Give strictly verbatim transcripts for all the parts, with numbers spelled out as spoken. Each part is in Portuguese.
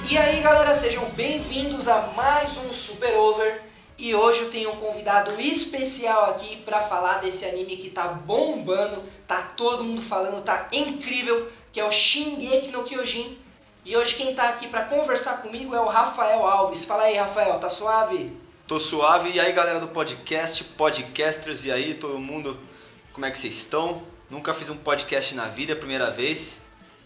E aí galera, sejam bem-vindos a mais um Super Over. E hoje eu tenho um convidado especial aqui para falar desse anime que tá bombando, tá todo mundo falando, tá incrível, que é o Shingeki no Kyojin. E hoje quem tá aqui para conversar comigo é o Rafael Alves. Fala aí, Rafael, tá suave? Tô suave. E aí galera do podcast, podcasters, e aí todo mundo, como é que vocês estão? Nunca fiz um podcast na vida, é a primeira vez.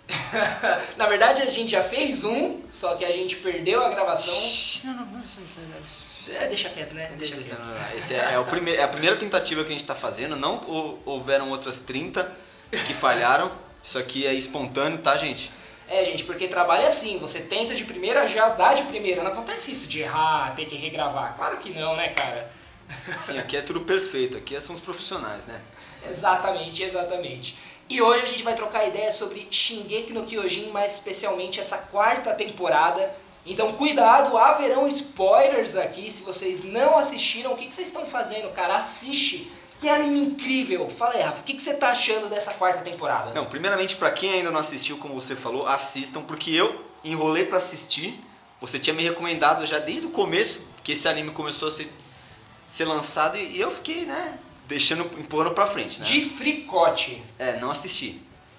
Na verdade a gente já fez um, só que a gente perdeu a gravação. Não, não, não, não. É, deixa quieto, né? Deixa Não, quieto. não, não. Esse é, é, o prime- é a primeira tentativa que a gente tá fazendo, não hou- houveram outras trinta que falharam. Isso aqui é espontâneo, tá, gente? É, gente, porque trabalho é assim, você tenta de primeira, já dá de primeira. Não acontece isso de errar, ter que regravar. Claro que não, né, cara? Sim, aqui é tudo perfeito, aqui são os profissionais, né? Exatamente, exatamente. E hoje a gente vai trocar ideias sobre Shingeki no Kyojin, mais especialmente essa quarta temporada. Então cuidado, haverão spoilers aqui. Se vocês não assistiram, o que, que vocês estão fazendo, cara? Assiste! Que anime incrível! Fala aí, Rafa, o que, que você tá achando dessa quarta temporada? Não, primeiramente, pra quem ainda não assistiu, como você falou, assistam, porque eu enrolei pra assistir. Você tinha me recomendado já desde o começo, que esse anime começou a ser, ser lançado, e eu fiquei, né, deixando, empurrando pra frente, né? De fricote. É, não assisti.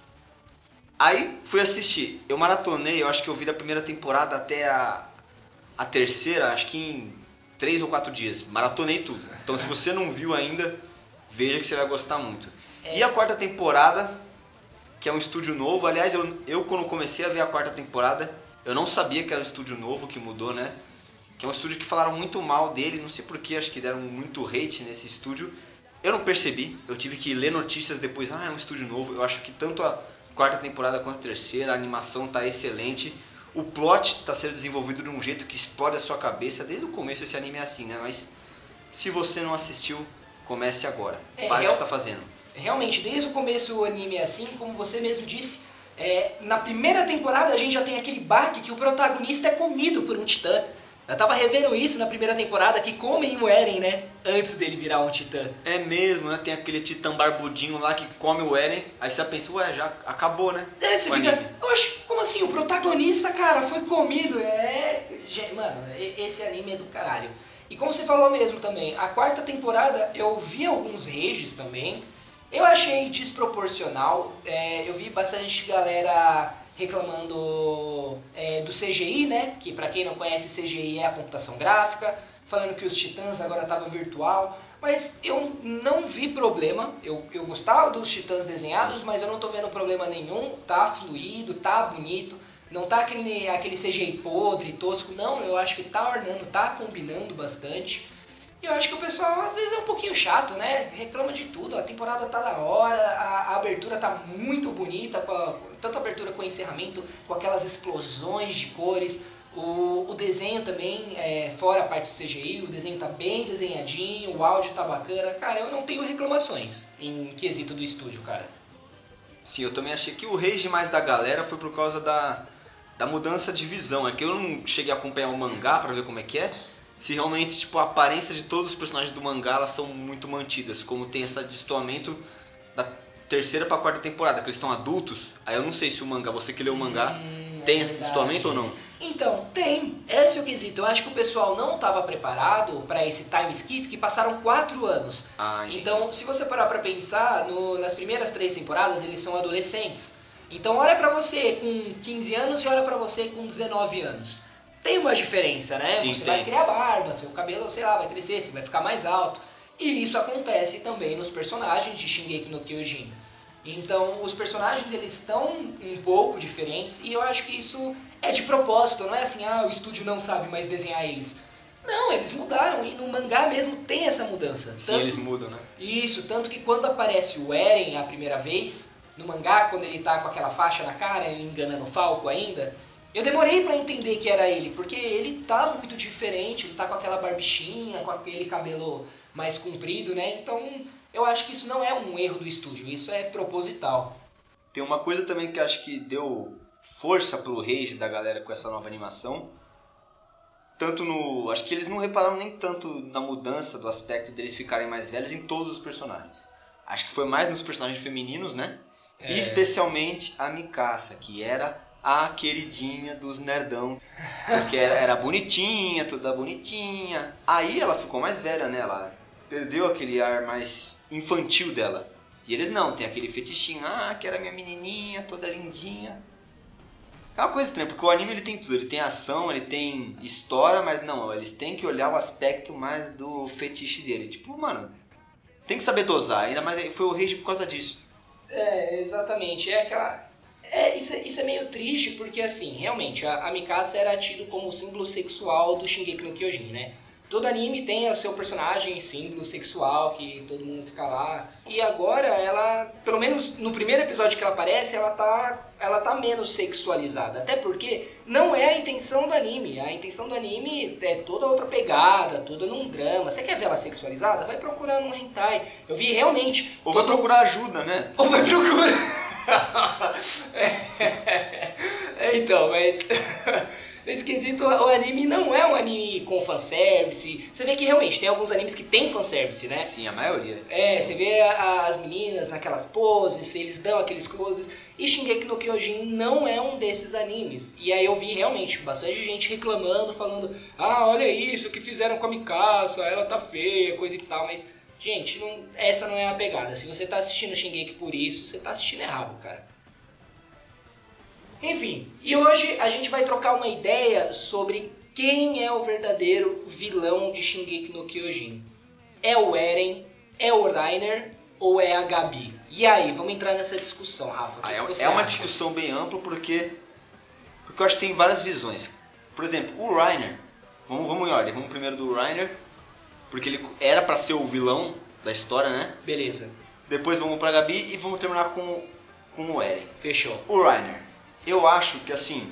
Aí fui assistir. Eu maratonei, eu acho que eu vi da primeira temporada até a, a terceira, acho que em três ou quatro dias. Maratonei tudo. Então se você não viu ainda, veja que você vai gostar muito. É. E a quarta temporada, que é um estúdio novo. Aliás, eu, eu quando comecei a ver a quarta temporada, eu não sabia que era um estúdio novo que mudou, né? Que é um estúdio que falaram muito mal dele, não sei porquê, acho que deram muito hate nesse estúdio. Eu não percebi, eu tive que ler notícias depois, ah, é um estúdio novo. Eu acho que tanto a quarta temporada quanto a terceira, a animação tá excelente. O plot tá sendo desenvolvido de um jeito que explode a sua cabeça. Desde o começo esse anime é assim, né? Mas se você não assistiu, comece agora. É, Para o real- que você tá fazendo. Realmente, desde o começo o anime é assim, como você mesmo disse. É, na primeira temporada a gente já tem aquele baque que o protagonista é comido por um titã. Eu tava revendo isso na primeira temporada, que comem o Eren, né? Antes dele virar um titã. É mesmo, né? Tem aquele titã barbudinho lá que come o Eren. Aí você pensa, ué, já acabou, né? É, você o fica, anime. oxe, como assim? O protagonista, cara, foi comido. É. Ge- Mano, e- esse anime é do caralho. E como você falou mesmo também, a quarta temporada eu vi alguns rages também. Eu achei desproporcional. É, eu vi bastante galera reclamando é, do C G I, né? Que pra quem não conhece, C G I é a computação gráfica. Falando que os titãs agora estavam virtual. Mas eu não vi problema. Eu, eu gostava dos titãs desenhados, mas eu não tô vendo problema nenhum. Tá fluido, tá bonito. Não tá aquele, aquele C G I podre, tosco. Não, eu acho que tá ornando, tá combinando bastante. E eu acho que o pessoal às vezes é um pouquinho chato, né? Reclama de tudo. A temporada tá da hora, a, a abertura tá muito bonita, com a, tanto a abertura com o encerramento, com aquelas explosões de cores. O, o desenho também, é, fora a parte do C G I, o desenho tá bem desenhadinho, o áudio tá bacana. Cara, eu não tenho reclamações em quesito do estúdio, cara. Sim, eu também achei que o rage mais da galera foi por causa da, da mudança de visão. É que eu não cheguei a acompanhar o mangá pra ver como é que é. Se realmente, tipo, a aparência de todos os personagens do mangá, elas são muito mantidas. Como tem esse destoamento da terceira pra quarta temporada, que eles estão adultos. Aí eu não sei se o mangá, você que leu o mangá, Hum, tem é esse verdade. destoamento ou não? Então, tem. Esse é o quesito. Eu acho que o pessoal não estava preparado para esse time skip, que passaram quatro anos. Ah, entendi. Então, se você parar para pensar, no- nas primeiras três temporadas eles são adolescentes. Então, olha para você com quinze anos e olha para você com dezenove anos. Tem uma diferença, né? Sim, você tem. vai criar barba, seu cabelo, sei lá, vai crescer, você vai ficar mais alto. E isso acontece também nos personagens de Shingeki no Kyojin. Então, os personagens eles estão um pouco diferentes e eu acho que isso é de propósito, não é assim, ah, o estúdio não sabe mais desenhar eles. Não, eles mudaram e no mangá mesmo tem essa mudança. Sim, eles mudam, né? Isso, tanto que quando aparece o Eren a primeira vez, no mangá, quando ele tá com aquela faixa na cara, enganando o Falco ainda, eu demorei pra entender que era ele, porque ele tá muito diferente, ele tá com aquela barbichinha, com aquele cabelo mais comprido, né? Então, eu acho que isso não é um erro do estúdio, isso é proposital. Tem uma coisa também que eu acho que deu força pro rage da galera com essa nova animação. Tanto no... Acho que eles não repararam nem tanto na mudança do aspecto deles ficarem mais velhos em todos os personagens. Acho que foi mais nos personagens femininos, né? É. E especialmente a Mikasa, que era a queridinha dos nerdão. Porque era, era bonitinha, toda bonitinha. Aí ela ficou mais velha, né? Ela perdeu aquele ar mais infantil dela. E eles não, tem aquele fetichinho. Ah, que era minha menininha, toda lindinha. É uma coisa estranha, porque o anime ele tem tudo. Ele tem ação, ele tem história, mas não, eles têm que olhar o aspecto mais do fetiche dele. Tipo, mano, tem que saber dosar. Ainda mais foi o Rage por causa disso. É, exatamente. É aquela... É, isso, isso é meio triste, porque assim, realmente, a, a Mikasa era tido como símbolo sexual do Shingeki no Kyojin, né? Todo anime tem o seu personagem símbolo sexual, que todo mundo fica lá. E agora ela, pelo menos no primeiro episódio que ela aparece, ela tá, ela tá menos sexualizada. Até porque não é a intenção do anime. A intenção do anime é toda outra pegada, toda num drama. Você quer ver ela sexualizada? Vai procurar num hentai. Eu vi realmente... Ou todo... vai procurar ajuda, né? Ou vai procurar... é, é, então, mas... Nesse quesito, o anime não é um anime com fanservice. Você vê que realmente tem alguns animes que tem fanservice, né? Sim, a maioria. É, você vê a, as meninas naquelas poses, eles dão aqueles closes. E Shingeki no Kyojin não é um desses animes. E aí eu vi realmente bastante gente reclamando, falando: ah, olha isso que fizeram com a Mikasa, ela tá feia, coisa e tal. Mas, gente, não, essa não é a pegada. Se você tá assistindo Shingeki por isso, você tá assistindo errado, cara. Enfim, e hoje a gente vai trocar uma ideia sobre quem é o verdadeiro vilão de Shingeki no Kyojin. É o Eren, é o Reiner ou é a Gabi? E aí, vamos entrar nessa discussão, Rafa. Ah, que é que você é uma acha? discussão bem ampla porque, porque eu acho que tem várias visões. Por exemplo, o Reiner, vamos, vamos em ordem, vamos primeiro do Reiner, porque ele era pra ser o vilão da história, né? Beleza. Depois vamos pra Gabi e vamos terminar com, com o Eren. Fechou. O Reiner, eu acho que assim,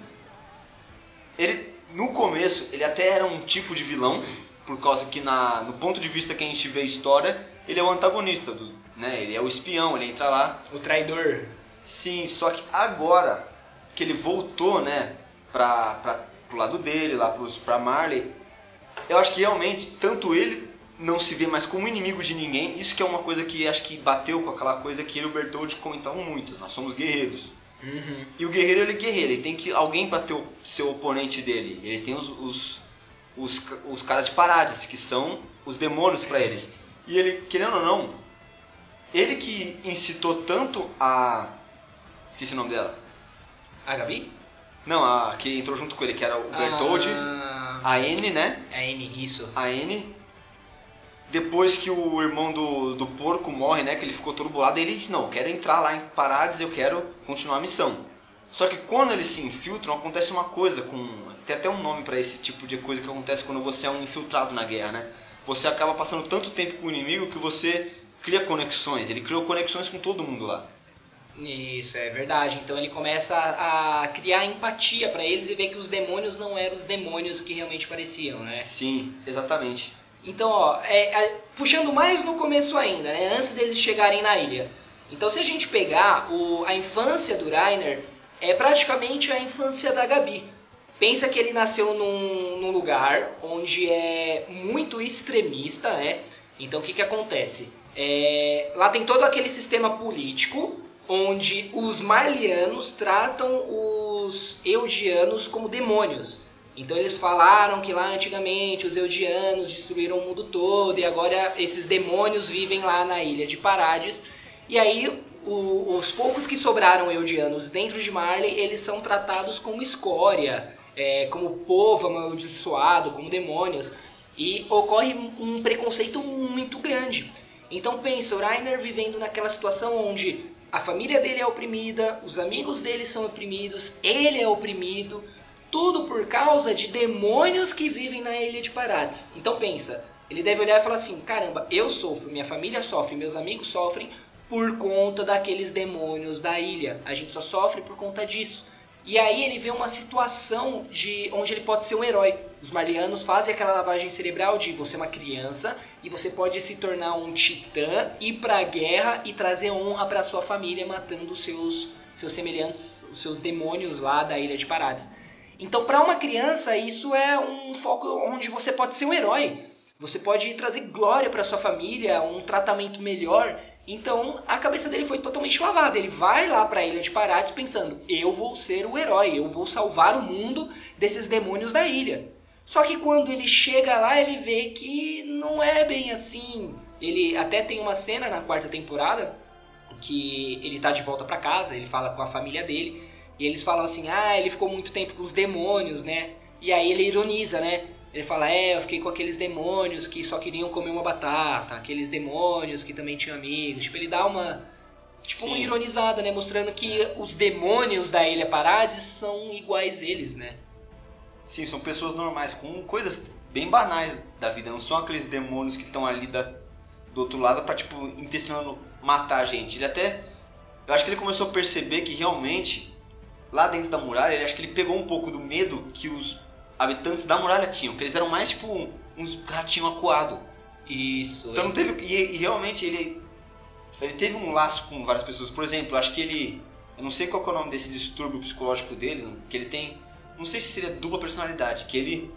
ele no começo ele até era um tipo de vilão, por causa que na, no ponto de vista que a gente vê a história, ele é o antagonista, do, né? Ele é o espião, ele entra lá. O traidor. Sim, só que agora que ele voltou, né, pra, pra, pro lado dele, lá pros, pra Marley, eu acho que realmente, tanto ele não se vê mais como inimigo de ninguém, isso que é uma coisa que acho que bateu com aquela coisa que ele e o Bertoldi comentavam muito, nós somos guerreiros. Uhum. E o guerreiro, ele é guerreiro, ele tem que alguém para ter o seu oponente dele. Ele tem os, os, os, os caras de Parades, que são os demônios para eles. E ele, querendo ou não, ele que incitou tanto a... Esqueci o nome dela. A Gabi? Não, a que entrou junto com ele, que era o Bertoldi, Ah... a N, né? A N, isso. A N. Depois que o irmão do, do porco morre, né, que ele ficou todo bolado, ele disse, não, eu quero entrar lá em Parades, eu quero continuar a missão. Só que quando eles se infiltram, acontece uma coisa, com tem até um nome pra esse tipo de coisa que acontece quando você é um infiltrado na guerra, né? Você acaba passando tanto tempo com o inimigo que você cria conexões, ele criou conexões com todo mundo lá. Isso, é verdade. Então ele começa a, a criar empatia pra eles e ver que os demônios não eram os demônios que realmente pareciam, né? Sim, exatamente. Então, ó, é, é, puxando mais no começo ainda, né, antes deles chegarem na ilha. Então, se a gente pegar o, a infância do Reiner, é praticamente a infância da Gabi. Pensa que ele nasceu num, num lugar onde é muito extremista, né? Então, o que, que acontece? É, lá tem todo aquele sistema político, onde os Marlianos tratam os Eldianos como demônios. Então eles falaram que lá antigamente os Eldianos destruíram o mundo todo e agora esses demônios vivem lá na ilha de Parades. E aí o, os poucos que sobraram Eldianos dentro de Marley, eles são tratados como escória, é, como povo amaldiçoado, como demônios. E ocorre um preconceito muito grande. Então pensa, o Reiner vivendo naquela situação onde a família dele é oprimida, os amigos dele são oprimidos, ele é oprimido. Tudo por causa de demônios que vivem na ilha de Parades. Então pensa, ele deve olhar e falar assim, caramba, eu sofro, minha família sofre, meus amigos sofrem por conta daqueles demônios da ilha. A gente só sofre por conta disso. E aí ele vê uma situação de onde ele pode ser um herói. Os Marlianos fazem aquela lavagem cerebral de você é uma criança e você pode se tornar um titã, ir para a guerra e trazer honra para sua família matando os seus, seus semelhantes, os seus demônios lá da ilha de Parades. Então, para uma criança, isso é um foco onde você pode ser um herói. Você pode trazer glória para sua família, um tratamento melhor. Então a cabeça dele foi totalmente lavada. Ele vai lá pra Ilha de Parades pensando, eu vou ser o herói, eu vou salvar o mundo desses demônios da ilha. Só que quando ele chega lá, ele vê que não é bem assim. Ele até tem uma cena na quarta temporada que ele tá de volta pra casa, ele fala com a família dele, e eles falam assim, ah, ele ficou muito tempo com os demônios, né? E aí ele ironiza, né? Ele fala, é, eu fiquei com aqueles demônios que só queriam comer uma batata, aqueles demônios que também tinham amigos. Tipo, ele dá uma, tipo, uma ironizada, né? Mostrando que os demônios da Ilha Parades são iguais eles, né? Sim, são pessoas normais, com coisas bem banais da vida. Não são aqueles demônios que estão ali da, do outro lado pra, tipo, intencionando matar a gente. Ele até... Eu acho que ele começou a perceber que realmente, lá dentro da muralha, ele acho que ele pegou um pouco do medo que os habitantes da muralha tinham, que eles eram mais tipo uns ratinhos acuados. Isso. Então não teve, e, e realmente ele ele teve um laço com várias pessoas. Por exemplo, acho que ele, eu não sei qual que é o nome desse distúrbio psicológico dele, que ele tem, não sei se seria dupla personalidade, que ele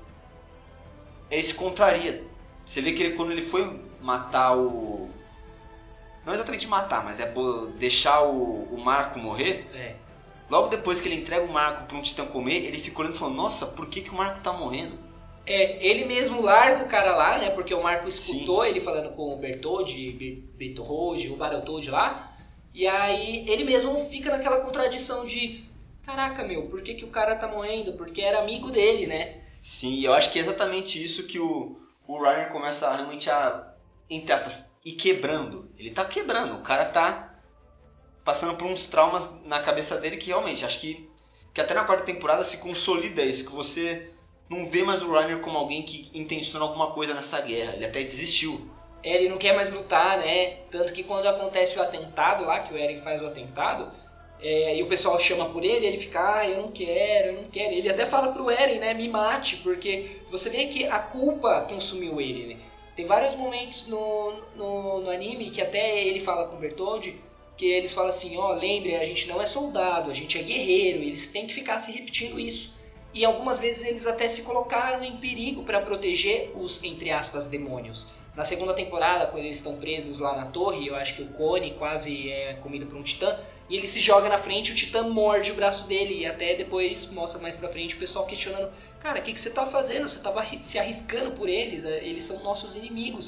ele se contraria. Você vê que ele, quando ele foi matar o, não exatamente matar, mas é deixar o, o Marco morrer. É. Logo depois que ele entrega o Marco para um titã comer, ele fica olhando e falando, nossa, por que, que o Marco tá morrendo? É, ele mesmo larga o cara lá, né? Porque o Marco escutou Sim. ele falando com o Bertoldi, Bertoldi, o Bartoldi lá. E aí ele mesmo fica naquela contradição de, caraca, meu, por que, que o cara tá morrendo? Porque era amigo dele, né? Sim, eu acho que é exatamente isso que o, o Ryan começa a, realmente a, entre aspas, ir quebrando. Ele tá quebrando, o cara tá passando por uns traumas na cabeça dele que realmente, acho que, que até na quarta temporada se consolida isso, que você não vê mais o Reiner como alguém que intenciona alguma coisa nessa guerra, ele até desistiu. É, ele não quer mais lutar, né? Tanto que quando acontece o atentado lá, que o Eren faz o atentado, é, e o pessoal chama por ele, ele fica, ah, eu não quero, eu não quero. Ele até fala pro Eren, né, me mate, porque você vê que a culpa consumiu ele, né? Tem vários momentos no, no, no anime que até ele fala com o Bertoldi, que eles falam assim, ó, oh, lembre, a gente não é soldado, a gente é guerreiro, eles têm que ficar se repetindo isso. E algumas vezes eles até se colocaram em perigo para proteger os, entre aspas, demônios. Na segunda temporada, quando eles estão presos lá na torre, eu acho que o Cone quase é comido por um titã, e ele se joga na frente, o titã morde o braço dele, e até depois mostra mais pra frente o pessoal questionando, cara, o que, que você tá fazendo? Você tava se arriscando por eles, eles são nossos inimigos.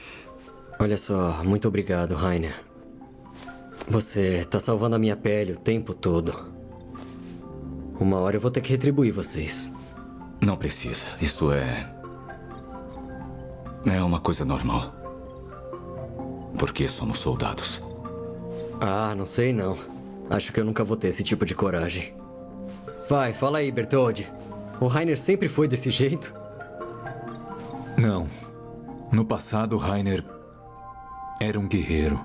Olha só, muito obrigado, Reiner. Você tá salvando a minha pele o tempo todo. Uma hora eu vou ter que retribuir vocês. Não precisa. Isso é... É uma coisa normal. Porque somos soldados. Ah, não sei não. Acho que eu nunca vou ter esse tipo de coragem. Vai, fala aí, Bertoldi. O Reiner sempre foi desse jeito? Não. No passado, Reiner era um guerreiro.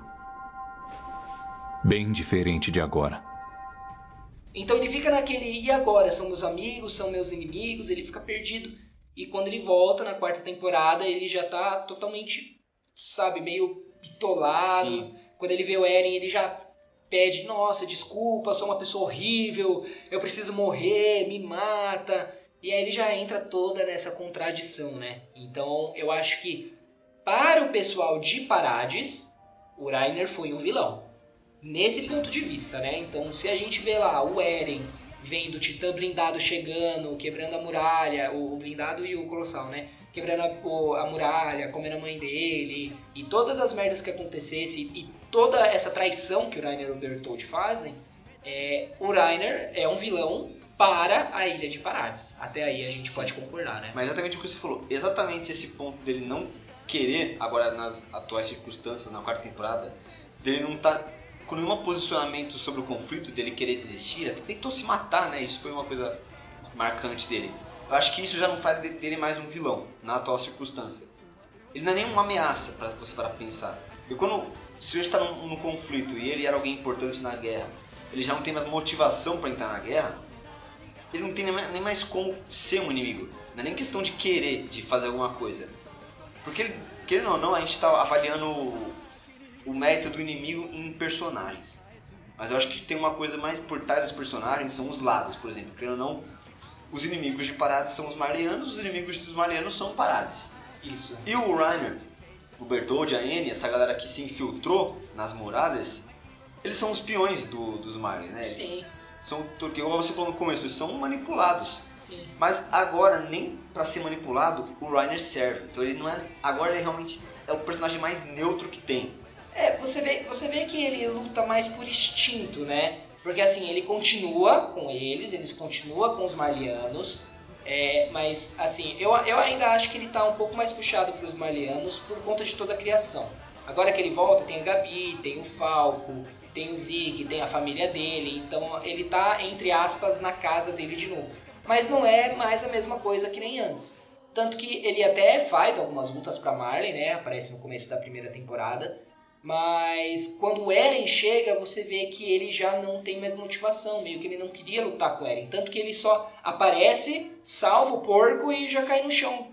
Bem diferente de agora. Então ele fica naquele, e agora? São meus amigos, são meus inimigos? Ele fica perdido. E quando ele volta na quarta temporada, ele já tá totalmente, sabe, meio bitolado. Sim. Quando ele vê o Eren, ele já pede, nossa, desculpa, sou uma pessoa horrível, eu preciso morrer, me mata. E aí ele já entra toda nessa contradição, né? Então eu acho que para o pessoal de Parades, o Reiner foi um vilão. Nesse Sim. ponto de vista, né? Então se a gente vê lá o Eren vendo o Titã blindado chegando, quebrando a muralha, o blindado e o Colossal, né? Quebrando a, o, a muralha, comendo a mãe dele, e todas as merdas que acontecessem, e toda essa traição que o Reiner e o Bertoldi fazem, é, o Reiner é um vilão para a Ilha de Parades. Até aí a gente Sim. pode concordar, né? Mas exatamente o que você falou, exatamente esse ponto dele não querer, agora nas atuais circunstâncias, na quarta temporada, dele não tá com nenhum posicionamento sobre o conflito, dele querer desistir, até tentou se matar, né? Isso foi uma coisa marcante dele. Eu acho que isso já não faz dele mais um vilão na atual circunstância. Ele não é nem uma ameaça para você parar pra pensar. E quando, se ele está no, no conflito e ele era alguém importante na guerra, ele já não tem mais motivação para entrar na guerra, ele não tem nem mais como ser um inimigo. Não é nem questão de querer, de fazer alguma coisa. Porque, querendo ou não, a gente está avaliando o, o mérito do inimigo em personagens. Mas eu acho que tem uma coisa mais por trás dos personagens, são os lados, por exemplo. Querendo ou não, os inimigos de Parades são os Marleyanos, os inimigos dos Marleyanos são Parades. Isso. E o Reiner, o Bertholdt, a Annie, essa galera que se infiltrou nas muralhas, eles são os peões do, dos Marley, né? Eles Sim. são, porque igual você falou no começo, eles são manipulados. Sim. Mas agora, nem pra ser manipulado, o Reiner serve. Então ele não é. Agora ele realmente é o personagem mais neutro que tem. É, você vê, você vê que ele luta mais por instinto, né? Porque assim, ele continua com eles, eles continuam com os Marlianos, é, mas assim, eu, eu ainda acho que ele tá um pouco mais puxado pros Marlianos por conta de toda a criação. Agora que ele volta, tem a Gabi, tem o Falco, tem o Zeke, tem a família dele, então ele tá, entre aspas, na casa dele de novo. Mas não é mais a mesma coisa que nem antes. Tanto que ele até faz algumas lutas pra Marley, né? Aparece no começo da primeira temporada. Mas quando o Eren chega, você vê que ele já não tem mais motivação. Meio que ele não queria lutar com o Eren. Tanto que ele só aparece, salva o porco e já cai no chão.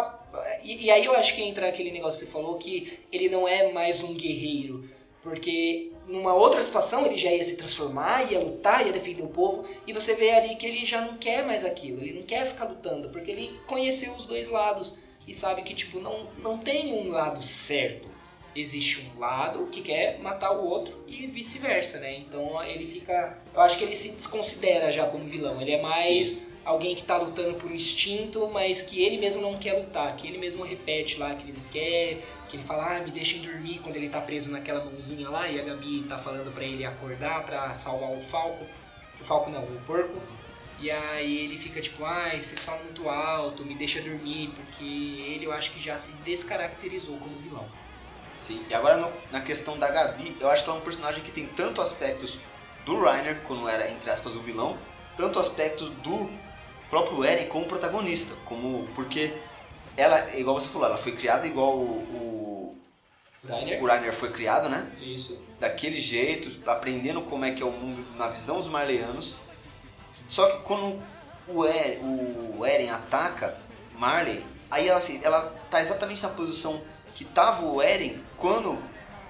E, e aí eu acho que entra aquele negócio que você falou, que ele não é mais um guerreiro. Porque numa outra situação ele já ia se transformar, ia lutar, ia defender o povo. E você vê ali que ele já não quer mais aquilo. Ele não quer ficar lutando, porque ele conheceu os dois lados. E sabe que tipo, não, não tem um lado certo. Existe um lado que quer matar o outro e vice-versa, né? Então ele fica... Eu acho que ele se desconsidera já como vilão. Ele é mais Sim. alguém que tá lutando por instinto, mas que ele mesmo não quer lutar. Que ele mesmo repete lá que ele não quer... Que ele fala, ah, me deixem dormir quando ele tá preso naquela mãozinha lá. E a Gabi tá falando pra ele acordar pra salvar o Falco. O Falco não, o porco. E aí ele fica tipo, ai, vocês falam muito alto, me deixa dormir. Porque ele, eu acho que já se descaracterizou como vilão. Sim, e agora no, na questão da Gabi, eu acho que ela é um personagem que tem tanto aspectos do Reiner, quando era, entre aspas, o vilão, tanto aspectos do próprio Eren como protagonista, como, porque ela, igual você falou, ela foi criada igual o, o, Reiner. o Reiner foi criado, né? Isso. Daquele jeito, aprendendo como é que é o mundo na visão dos Marleyanos. Só que quando o Eren, o Eren ataca Marley, aí ela, assim, ela tá exatamente na posição que tava o Eren quando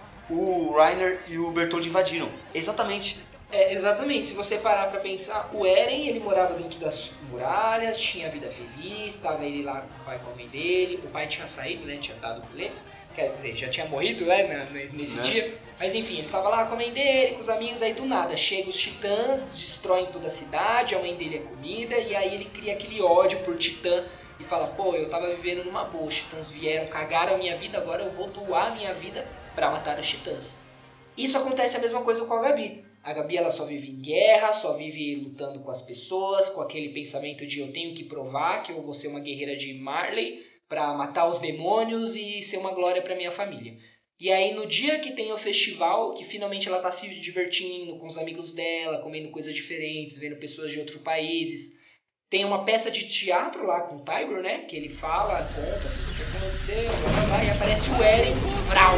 o Reiner e o Bertholdt invadiram. Exatamente. É, exatamente. Se você parar pra pensar, o Eren, ele morava dentro das muralhas, tinha vida feliz, tava ele lá com o pai e com a mãe dele. O pai tinha saído, né, tinha dado por ele. Quer dizer, já tinha morrido, né, nesse né? dia. Mas enfim, ele tava lá com a mãe dele, com os amigos, aí do nada chegam os titãs, destroem toda a cidade, a mãe dele é comida, e aí ele cria aquele ódio por titã. E fala, pô, eu tava vivendo numa boa, os titãs vieram, cagaram a minha vida, agora eu vou doar a minha vida pra matar os titãs. Isso acontece a mesma coisa com a Gabi. A Gabi, ela só vive em guerra, só vive lutando com as pessoas, com aquele pensamento de eu tenho que provar que eu vou ser uma guerreira de Marley pra matar os demônios e ser uma glória pra minha família. E aí no dia que tem o festival, que finalmente ela tá se divertindo com os amigos dela, comendo coisas diferentes, vendo pessoas de outros países... Tem uma peça de teatro lá com o Tiger, né? Que ele fala, conta tudo o que aconteceu, blá blá blá, e aparece o Eren, Vral.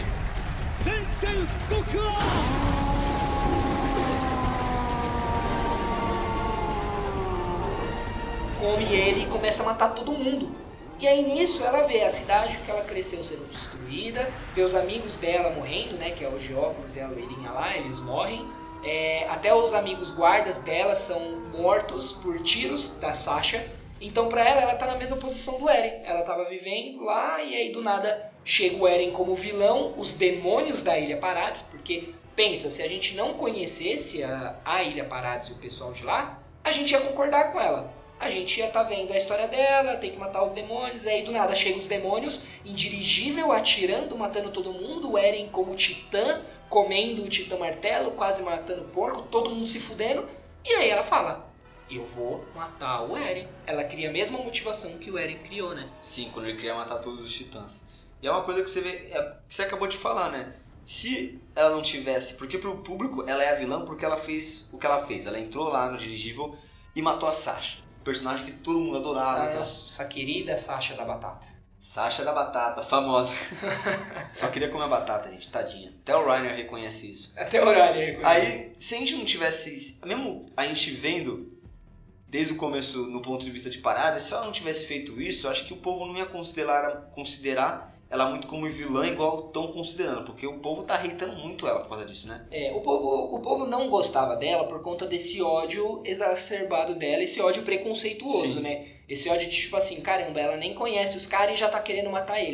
Come ele e começa a matar todo mundo. E aí nisso ela vê a cidade que ela cresceu sendo destruída, vê os amigos dela morrendo, né? Que é o Geópolis e a loirinha lá, eles morrem. É, até os amigos guardas dela são mortos por tiros da Sasha. Então pra ela, ela tá na mesma posição do Eren. Ela tava vivendo lá e aí do nada chega o Eren como vilão, os demônios da Ilha Parades. Porque pensa, se a gente não conhecesse a, a Ilha Parades e o pessoal de lá, a gente ia concordar com ela. A gente ia estar tá vendo a história dela, tem que matar os demônios, aí do nada chegam os demônios, indirigível, atirando, matando todo mundo, o Eren como titã, comendo o titã martelo, quase matando o porco, todo mundo se fudendo, e aí ela fala, eu vou matar o Eren. Ela cria a mesma motivação que o Eren criou, né? Sim, quando ele queria matar todos os titãs. E é uma coisa que você vê, é, que você acabou de falar, né? Se ela não tivesse, porque pro público ela é a vilã porque ela fez o que ela fez, ela entrou lá no dirigível e matou a Sasha. Personagem que todo mundo adorava. A nossa querida Sasha da Batata. Sasha da Batata, famosa. Só queria comer batata, gente, tadinha. Até o Reiner reconhece isso. Até o Reiner reconhece. Aí, se a gente não tivesse... Mesmo a gente vendo, desde o começo, no ponto de vista de parada, se ela não tivesse feito isso, eu acho que o povo não ia considerar, considerar ela muito como vilã, igual estão considerando. Porque o povo tá hateando muito ela por causa disso, né? É, o povo, o povo não gostava dela por conta desse ódio exacerbado dela, esse ódio preconceituoso, Sim. né? Esse ódio de tipo assim, caramba, ela nem conhece os caras e já tá querendo matar eles.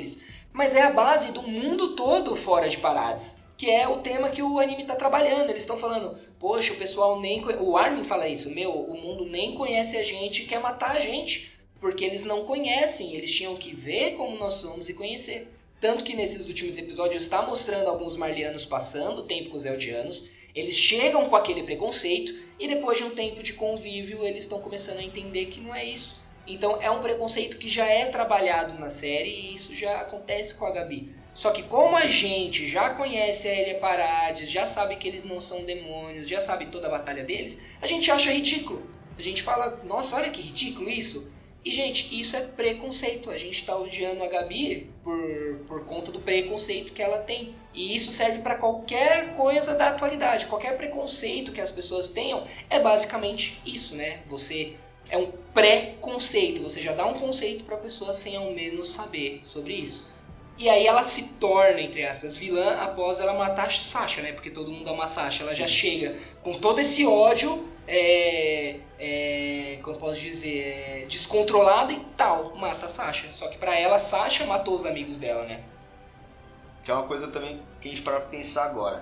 mas é a base do mundo todo fora de Parades, que é o tema que o anime está trabalhando. Eles estão falando, poxa, o pessoal nem... O Armin fala isso, meu, o mundo nem conhece a gente e quer matar a gente, porque eles não conhecem, eles tinham que ver como nós somos e conhecer. Tanto que nesses últimos episódios está mostrando alguns marlianos passando o tempo com os eldianos, eles chegam com aquele preconceito e depois de um tempo de convívio eles estão começando a entender que não é isso. Então é um preconceito que já é trabalhado na série e isso já acontece com a Gabi. Só que como a gente já conhece a Elia Parades, já sabe que eles não são demônios, já sabe toda a batalha deles, a gente acha ridículo. A gente fala, nossa, olha que ridículo isso. E, gente, isso é preconceito. A gente está odiando a Gabi por, por conta do preconceito que ela tem. E isso serve para qualquer coisa da atualidade. Qualquer preconceito que as pessoas tenham é basicamente isso, né? Você é um pré-conceito. Você já dá um conceito para a pessoa sem ao menos saber sobre isso. E aí ela se torna, entre aspas, vilã após ela matar a Sasha, né? Porque todo mundo ama a Sasha. Ela Sim. já chega com todo esse ódio, é, é, como posso dizer, é, descontrolada e tal, mata a Sasha. Só que pra ela, a Sasha matou os amigos dela, né? Que é uma coisa também que a gente para pra pensar agora.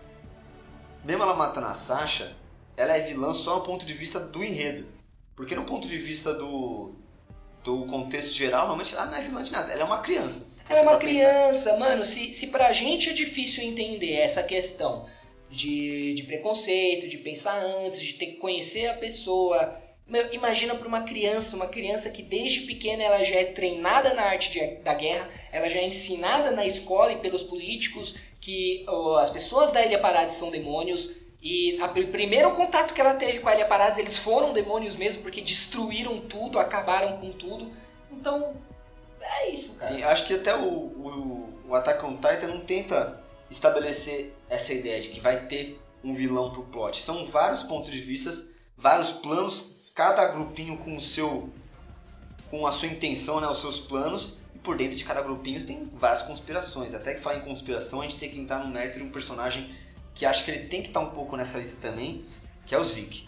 Mesmo ela matando a Sasha, ela é vilã só no ponto de vista do enredo. Porque no ponto de vista do, do contexto geral, realmente ela não é vilã de nada. Ela é uma criança. Ela é uma criança, pensar. Mano, se, se pra gente é difícil entender essa questão de, de preconceito, de pensar antes, de ter que conhecer a pessoa, meu, imagina pra uma criança, uma criança que desde pequena ela já é treinada na arte de, da guerra, ela já é ensinada na escola e pelos políticos que oh, as pessoas da Elia Parades são demônios, e o primeiro contato que ela teve com a Elia Parades, eles foram demônios mesmo, porque destruíram tudo, acabaram com tudo, então... É isso, cara. Sim, acho que até o, o, o Attack on Titan não tenta estabelecer essa ideia de que vai ter um vilão pro plot. São vários pontos de vista, vários planos, cada grupinho com o seu, com a sua intenção, né, os seus planos, e por dentro de cada grupinho tem várias conspirações. Até que falar em conspiração, a gente tem que entrar no mérito de um personagem que acho que ele tem que estar um pouco nessa lista também, que é o Zeke.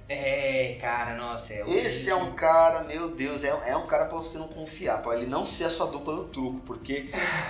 É, cara, nossa, é o Esse Zeke. é um cara, meu Deus, é, é um cara pra você não confiar, pra ele não ser a sua dupla no truco, porque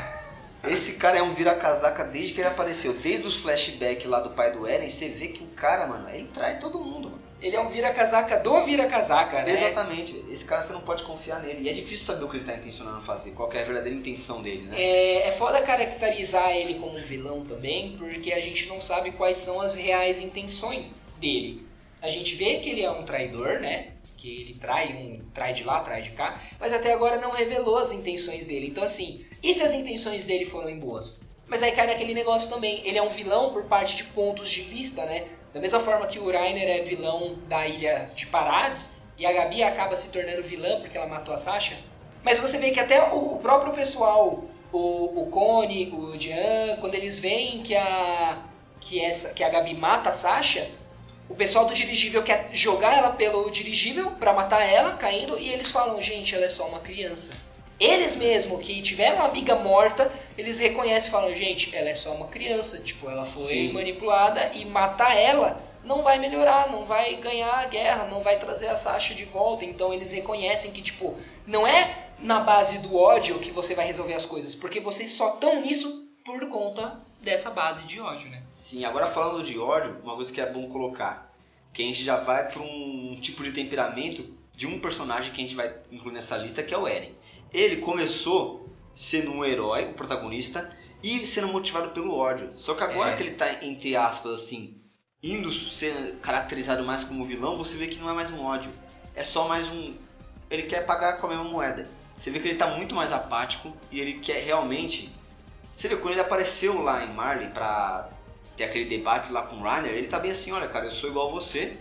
esse cara é um vira-casaca desde que ele apareceu. Desde os flashbacks lá do pai do Eren, você vê que o cara, mano, ele trai todo mundo, mano. Ele é um vira-casaca do vira-casaca, né? Exatamente, esse cara você não pode confiar nele. E é difícil saber o que ele tá intencionando fazer, qual que é a verdadeira intenção dele, né? É, é foda caracterizar ele como um vilão também, porque a gente não sabe quais são as reais intenções dele. A gente vê que ele é um traidor, né? Que ele trai um, trai de lá, trai de cá, mas até agora não revelou as intenções dele. Então assim, e se as intenções dele foram boas? Mas aí cai naquele negócio também, ele é um vilão por parte de pontos de vista, né? Da mesma forma que o Reiner é vilão da Ilha de Parades, e a Gabi acaba se tornando vilã porque ela matou a Sasha. Mas você vê que até o próprio pessoal, o, o Cone, o Jean, quando eles veem que a, que, essa, que a Gabi mata a Sasha, o pessoal do dirigível quer jogar ela pelo dirigível pra matar ela, caindo, e eles falam, gente, ela é só uma criança. Eles mesmo que tiveram uma amiga morta, eles reconhecem e falam, gente, ela é só uma criança, tipo, ela foi Sim. manipulada e matar ela não vai melhorar, não vai ganhar a guerra, não vai trazer a Sasha de volta. Então eles reconhecem que, tipo, não é na base do ódio que você vai resolver as coisas, porque vocês só estão nisso por conta dessa base de ódio, né? Sim, agora falando de ódio, uma coisa que é bom colocar, que a gente já vai para um tipo de temperamento de um personagem que a gente vai incluir nessa lista, que é o Eren. Ele começou sendo um herói, o protagonista, e sendo motivado pelo ódio. Só que agora é. que ele está, entre aspas, assim, indo ser caracterizado mais como vilão, você vê que não é mais um ódio. É só mais um... Ele quer pagar com a mesma moeda. Você vê que ele está muito mais apático e ele quer realmente... Você vê, quando ele apareceu lá em Marley pra ter aquele debate lá com o Reiner, ele tá bem assim, olha cara, eu sou igual a você.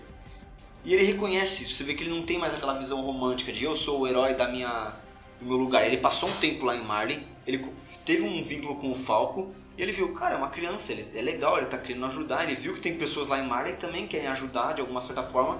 E ele reconhece, você vê que ele não tem mais aquela visão romântica de eu sou o herói da minha, do meu lugar. Ele passou um tempo lá em Marley, ele teve um vínculo com o Falco, e ele viu, cara, é uma criança, ele é legal, ele tá querendo ajudar. Ele viu que tem pessoas lá em Marley que também querem ajudar de alguma certa forma.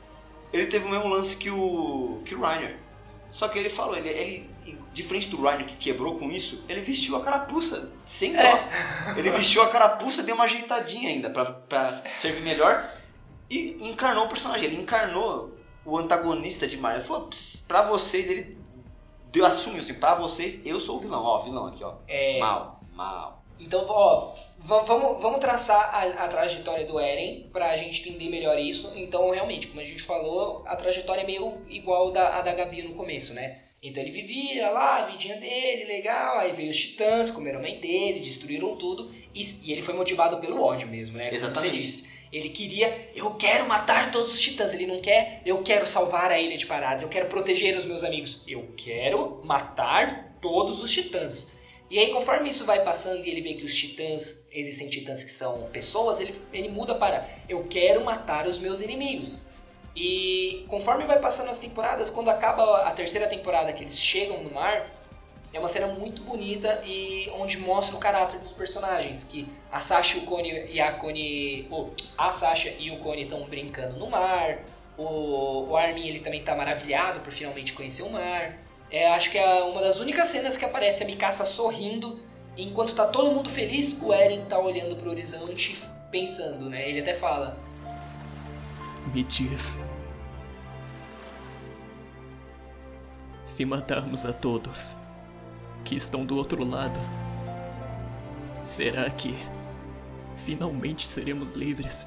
Ele teve o mesmo lance que o, que o Reiner. Só que ele falou, ele, ele, diferente do Reiner que quebrou com isso, ele vestiu a carapuça, sem dó. É. Ele vestiu a carapuça, deu uma ajeitadinha ainda pra, pra servir melhor e encarnou o personagem. Ele encarnou o antagonista de Marvel. Ele falou, pra vocês, ele Eu assumo assim, pra vocês, eu sou o vilão. Ó, vilão aqui, ó. É... Mal, mal. Então, ó, vamos, vamos traçar a, a trajetória do Eren pra gente entender melhor isso. Então, realmente, como a gente falou, a trajetória é meio igual da, a da Gabi no começo, né? Então ele vivia lá, a vidinha dele, legal, aí veio os titãs, comeram a mãe dele, destruíram tudo, e, e ele foi motivado pelo ódio mesmo, né? Como Exatamente. você disse. Ele queria, eu quero matar todos os titãs, ele não quer, eu quero salvar a Ilha de Parados, eu quero proteger os meus amigos, eu quero matar todos os titãs. E aí, conforme isso vai passando e ele vê que os titãs, existem titãs que são pessoas, ele, ele muda para, eu quero matar os meus inimigos. E conforme vai passando as temporadas, quando acaba a terceira temporada que eles chegam no mar, é uma cena muito bonita e onde mostra o caráter dos personagens, que a Sasha e o Connie e a Connie, oh, a Sasha e o Connie estão brincando no mar, o, o Armin ele também está maravilhado por finalmente conhecer o mar. É, acho que é uma das únicas cenas que aparece a Mikasa sorrindo, e enquanto está todo mundo feliz, o Eren está olhando para o horizonte pensando, né? Ele até fala: me diz, se matarmos a todos que estão do outro lado, será que finalmente seremos livres?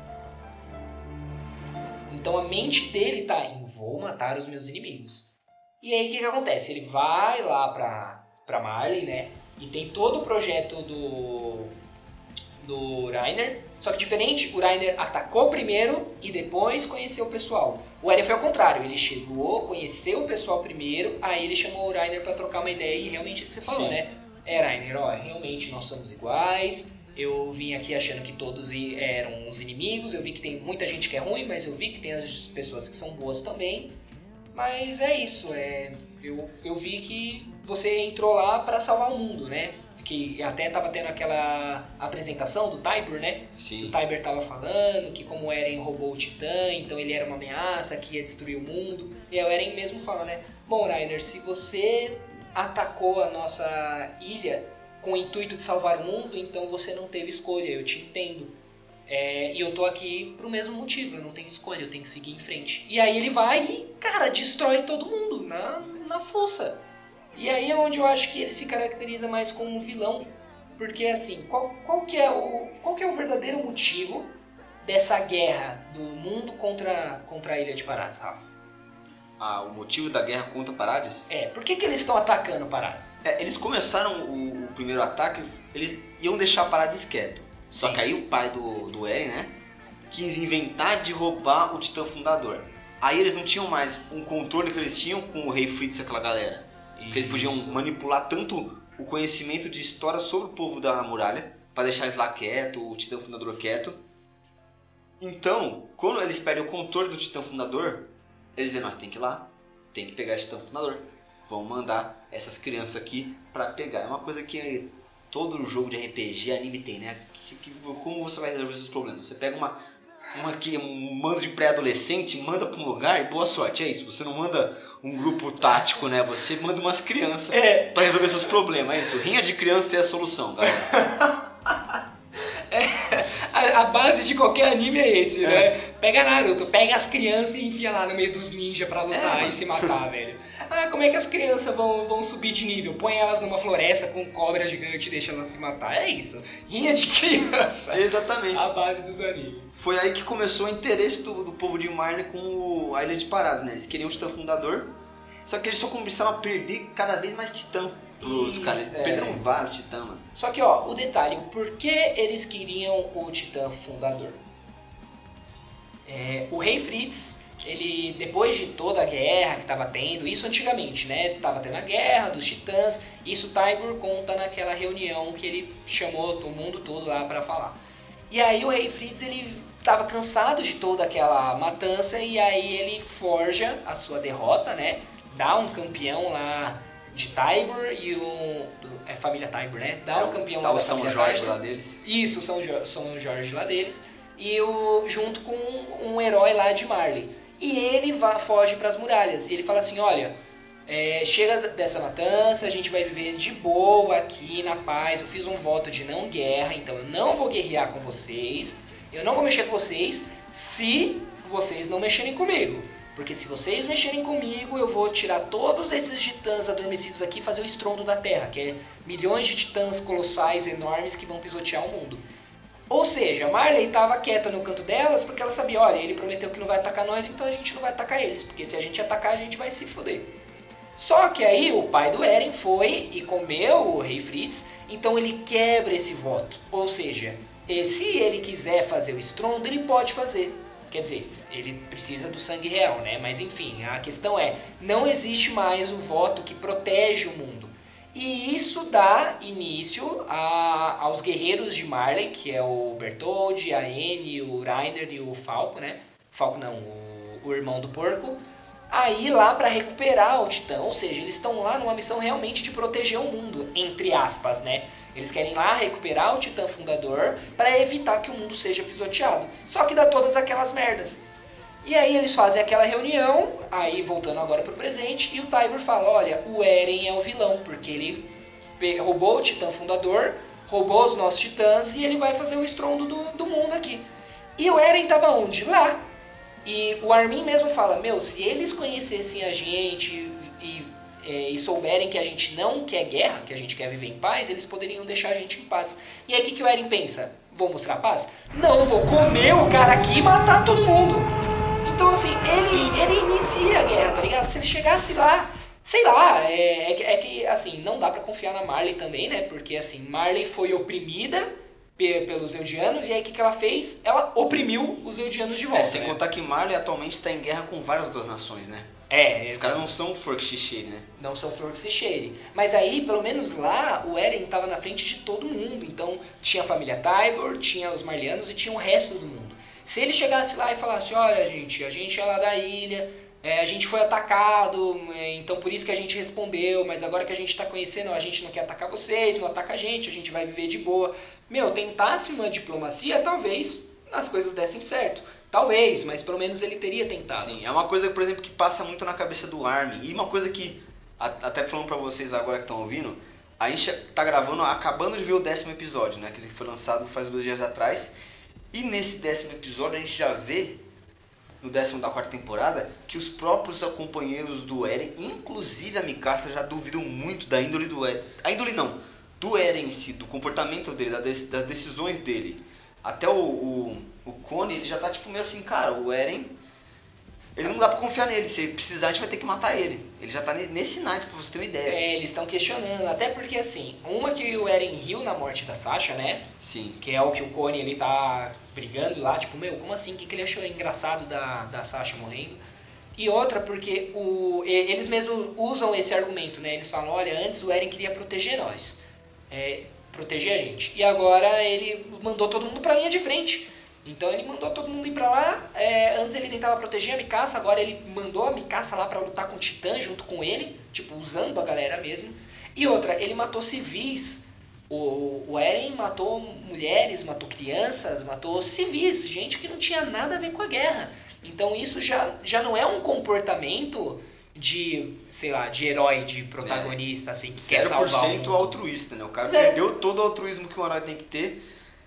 Então a mente dele tá em vou matar os meus inimigos. E aí o que, que acontece? Ele vai lá pra, pra Marley, né? E tem todo o projeto do, do Reiner. Só que diferente, o Reiner atacou primeiro e depois conheceu o pessoal. O Eren foi ao contrário, ele chegou, conheceu o pessoal primeiro, aí ele chamou o Reiner pra trocar uma ideia e realmente isso que você falou, Sim. né? É, Reiner, ó, realmente nós somos iguais. Eu vim aqui achando que todos eram os inimigos, eu vi que tem muita gente que é ruim, mas eu vi que tem as pessoas que são boas também. Mas é isso, é, eu, eu vi que você entrou lá pra salvar o mundo, né? Que até tava tendo aquela apresentação do Tybur, né? Sim. O Tybur tava falando que como o Eren roubou o Titã, então ele era uma ameaça, que ia destruir o mundo. E aí o Eren mesmo fala, né? Bom, Reiner, se você atacou a nossa ilha com o intuito de salvar o mundo, então você não teve escolha, eu te entendo. É, e eu tô aqui pro mesmo motivo, eu não tenho escolha, eu tenho que seguir em frente. E aí ele vai e, cara, destrói todo mundo na, na fuça. E aí é onde eu acho que ele se caracteriza mais como vilão. Porque assim, qual, qual, que é o, qual que é o verdadeiro motivo dessa guerra do mundo contra, contra a Ilha de Parados, Rafa? Ah, o motivo da guerra contra Parades? É, por que, que eles estão atacando Parados? É, eles começaram o, o primeiro ataque, eles iam deixar Parades quieto. Só Sim. que aí o pai do, do Eren, né, quis inventar de roubar o Titã Fundador. Aí eles não tinham mais um controle que eles tinham com o Rei Fritz e aquela galera. Que eles podiam manipular tanto o conhecimento de história sobre o povo da muralha para deixar eles lá quieto, o Titã Fundador quieto. Então, quando eles perdem o controle do Titã Fundador, eles dizem, nós tem que ir lá, tem que pegar esse Titã Fundador. Vamos mandar essas crianças aqui para pegar. É uma coisa que todo jogo de R P G, anime tem, né? Como você vai resolver esses problemas? Você pega uma, uma aqui, um mando de pré-adolescente, manda para um lugar e boa sorte. É isso, você não manda um grupo tático, né? Você manda umas crianças É. para resolver seus problemas. É isso, rinha de criança é a solução, galera. É, a, a base de qualquer anime é esse, É. né? Pega Naruto, pega as crianças e enfia lá no meio dos ninjas pra lutar É, e se matar, velho. Ah, como é que as crianças vão, vão subir de nível? Põe elas numa floresta com cobra gigante e deixa elas se matar. É isso. Rinha de criança. Exatamente. A base dos animes. Foi aí que começou o interesse do, do povo de Marley com o, a Ilha de Parados, né? Eles queriam o Titã Fundador, só que eles só começaram a perder cada vez mais Titã pros Isso, caras. Eles é. perderam vários Titã, mano. Só que, ó, o detalhe, o porquê eles queriam o Titã Fundador? É, o Rei Fritz, ele, depois de toda a guerra que tava tendo, isso antigamente, né? Tava tendo a guerra dos Titãs, isso Tybur conta naquela reunião que ele chamou o mundo todo lá pra falar. E aí o Rei Fritz, ele tava cansado de toda aquela matança e aí ele forja a sua derrota, né? Dá um campeão lá de Tybur e um... é a família Tybur, né? Dá É, um campeão tá lá o da São família Jorge Tybur. lá deles. Isso, São, jo- São Jorge lá deles. E o, junto com um, um herói lá de Marley. E ele va, foge para as muralhas. E ele fala assim, olha, é, chega dessa matança, a gente vai viver de boa aqui, na paz. Eu fiz um voto de não guerra, então eu não vou guerrear com vocês. Eu não vou mexer com vocês se vocês não mexerem comigo. Porque se vocês mexerem comigo, eu vou tirar todos esses titãs adormecidos aqui e fazer o estrondo da Terra, que é milhões de titãs colossais, enormes, que vão pisotear o mundo. Ou seja, Marley estava quieta no canto delas porque ela sabia, olha, ele prometeu que não vai atacar nós, então a gente não vai atacar eles, porque se a gente atacar, a gente vai se foder. Só que aí o pai do Eren foi e comeu o Rei Fritz, então ele quebra esse voto. Ou seja, se ele quiser fazer o estrondo, ele pode fazer. Quer dizer, ele precisa do sangue real, né? Mas enfim, a questão é, não existe mais o voto que protege o mundo. E isso dá início a, aos guerreiros de Marley, que é o Bertholdt, a Annie, o Reiner e o Falco, né? Falco não, o, o irmão do porco. Aí lá para recuperar o Titã, ou seja, eles estão lá numa missão realmente de proteger o mundo, entre aspas, né? Eles querem lá recuperar o Titã Fundador para evitar que o mundo seja pisoteado. Só que dá todas aquelas merdas. E aí eles fazem aquela reunião, aí voltando agora pro presente, e o Tybur fala, olha, o Eren é o vilão, porque ele roubou o Titã Fundador, roubou os nossos titãs, e ele vai fazer o estrondo do, do mundo aqui. E o Eren tava onde? Lá. E o Armin mesmo fala, meu, se eles conhecessem a gente e, é, e souberem que a gente não quer guerra, que a gente quer viver em paz, eles poderiam deixar a gente em paz. E aí o que, que o Eren pensa? Vou mostrar paz? Não, vou comer o cara aqui e matar todo mundo. Então assim, ele, ele inicia a guerra, tá ligado? Se ele chegasse lá, sei lá, é, é, que, é que assim, não dá pra confiar na Marley também, né? Porque assim, Marley foi oprimida pelos Eldianos, e aí o que, que ela fez? Ela oprimiu os Eldianos de volta. É, sem né? contar que Marley atualmente está em guerra com várias outras nações, né? É, Os caras não são Forksheere, né? Não são Forksheere. Mas aí, pelo menos lá, o Eren estava na frente de todo mundo. Então, tinha a família Tybur, tinha os Marlianos e tinha o resto do mundo. Se ele chegasse lá e falasse, olha gente, a gente é lá da ilha, é, a gente foi atacado, é, então por isso que a gente respondeu, mas agora que a gente está conhecendo, a gente não quer atacar vocês, não ataca a gente, a gente vai viver de boa. Meu, tentasse uma diplomacia, talvez as coisas dessem certo. Talvez, mas pelo menos ele teria tentado. Sim, é uma coisa, por exemplo, que passa muito na cabeça do Armin. E uma coisa que, até falando pra vocês agora que estão ouvindo, a gente tá gravando, acabando de ver o décimo episódio, né? Que ele foi lançado faz dois dias atrás. E nesse décimo episódio a gente já vê, no décimo da quarta temporada, que os próprios companheiros do Eren, inclusive a Mikasa, já duvidam muito da índole do Eren. A índole não, do Eren em si, do comportamento dele, das decisões dele. Até o, o, o Connie, ele já tá tipo meio assim, cara, o Eren, ele não dá pra confiar nele, se precisar a gente vai ter que matar ele. Ele já tá nesse naipe, pra você ter uma ideia. É, eles estão questionando, até porque assim, uma que o Eren riu na morte da Sasha, né? Sim. Que é o que o Connie, ele tá brigando lá, tipo, meu, como assim? O que, que ele achou engraçado da, da Sasha morrendo? E outra porque o, eles mesmos usam esse argumento, né? Eles falam, olha, antes o Eren queria proteger nós. É, proteger a gente. E agora ele mandou todo mundo pra linha de frente. Então ele mandou todo mundo ir pra lá. É, antes ele tentava proteger a Mikasa, agora ele mandou a Mikasa lá pra lutar com o Titã junto com ele, tipo, usando a galera mesmo. E outra, ele matou civis. O, o Eren matou mulheres, matou crianças, matou civis, gente que não tinha nada a ver com a guerra. Então isso já, já não é um comportamento de, sei lá, de herói, de protagonista, é. assim, que quer salvar o mundo. zero por cento altruísta, né? O cara Zero. perdeu todo o altruísmo que um herói tem que ter.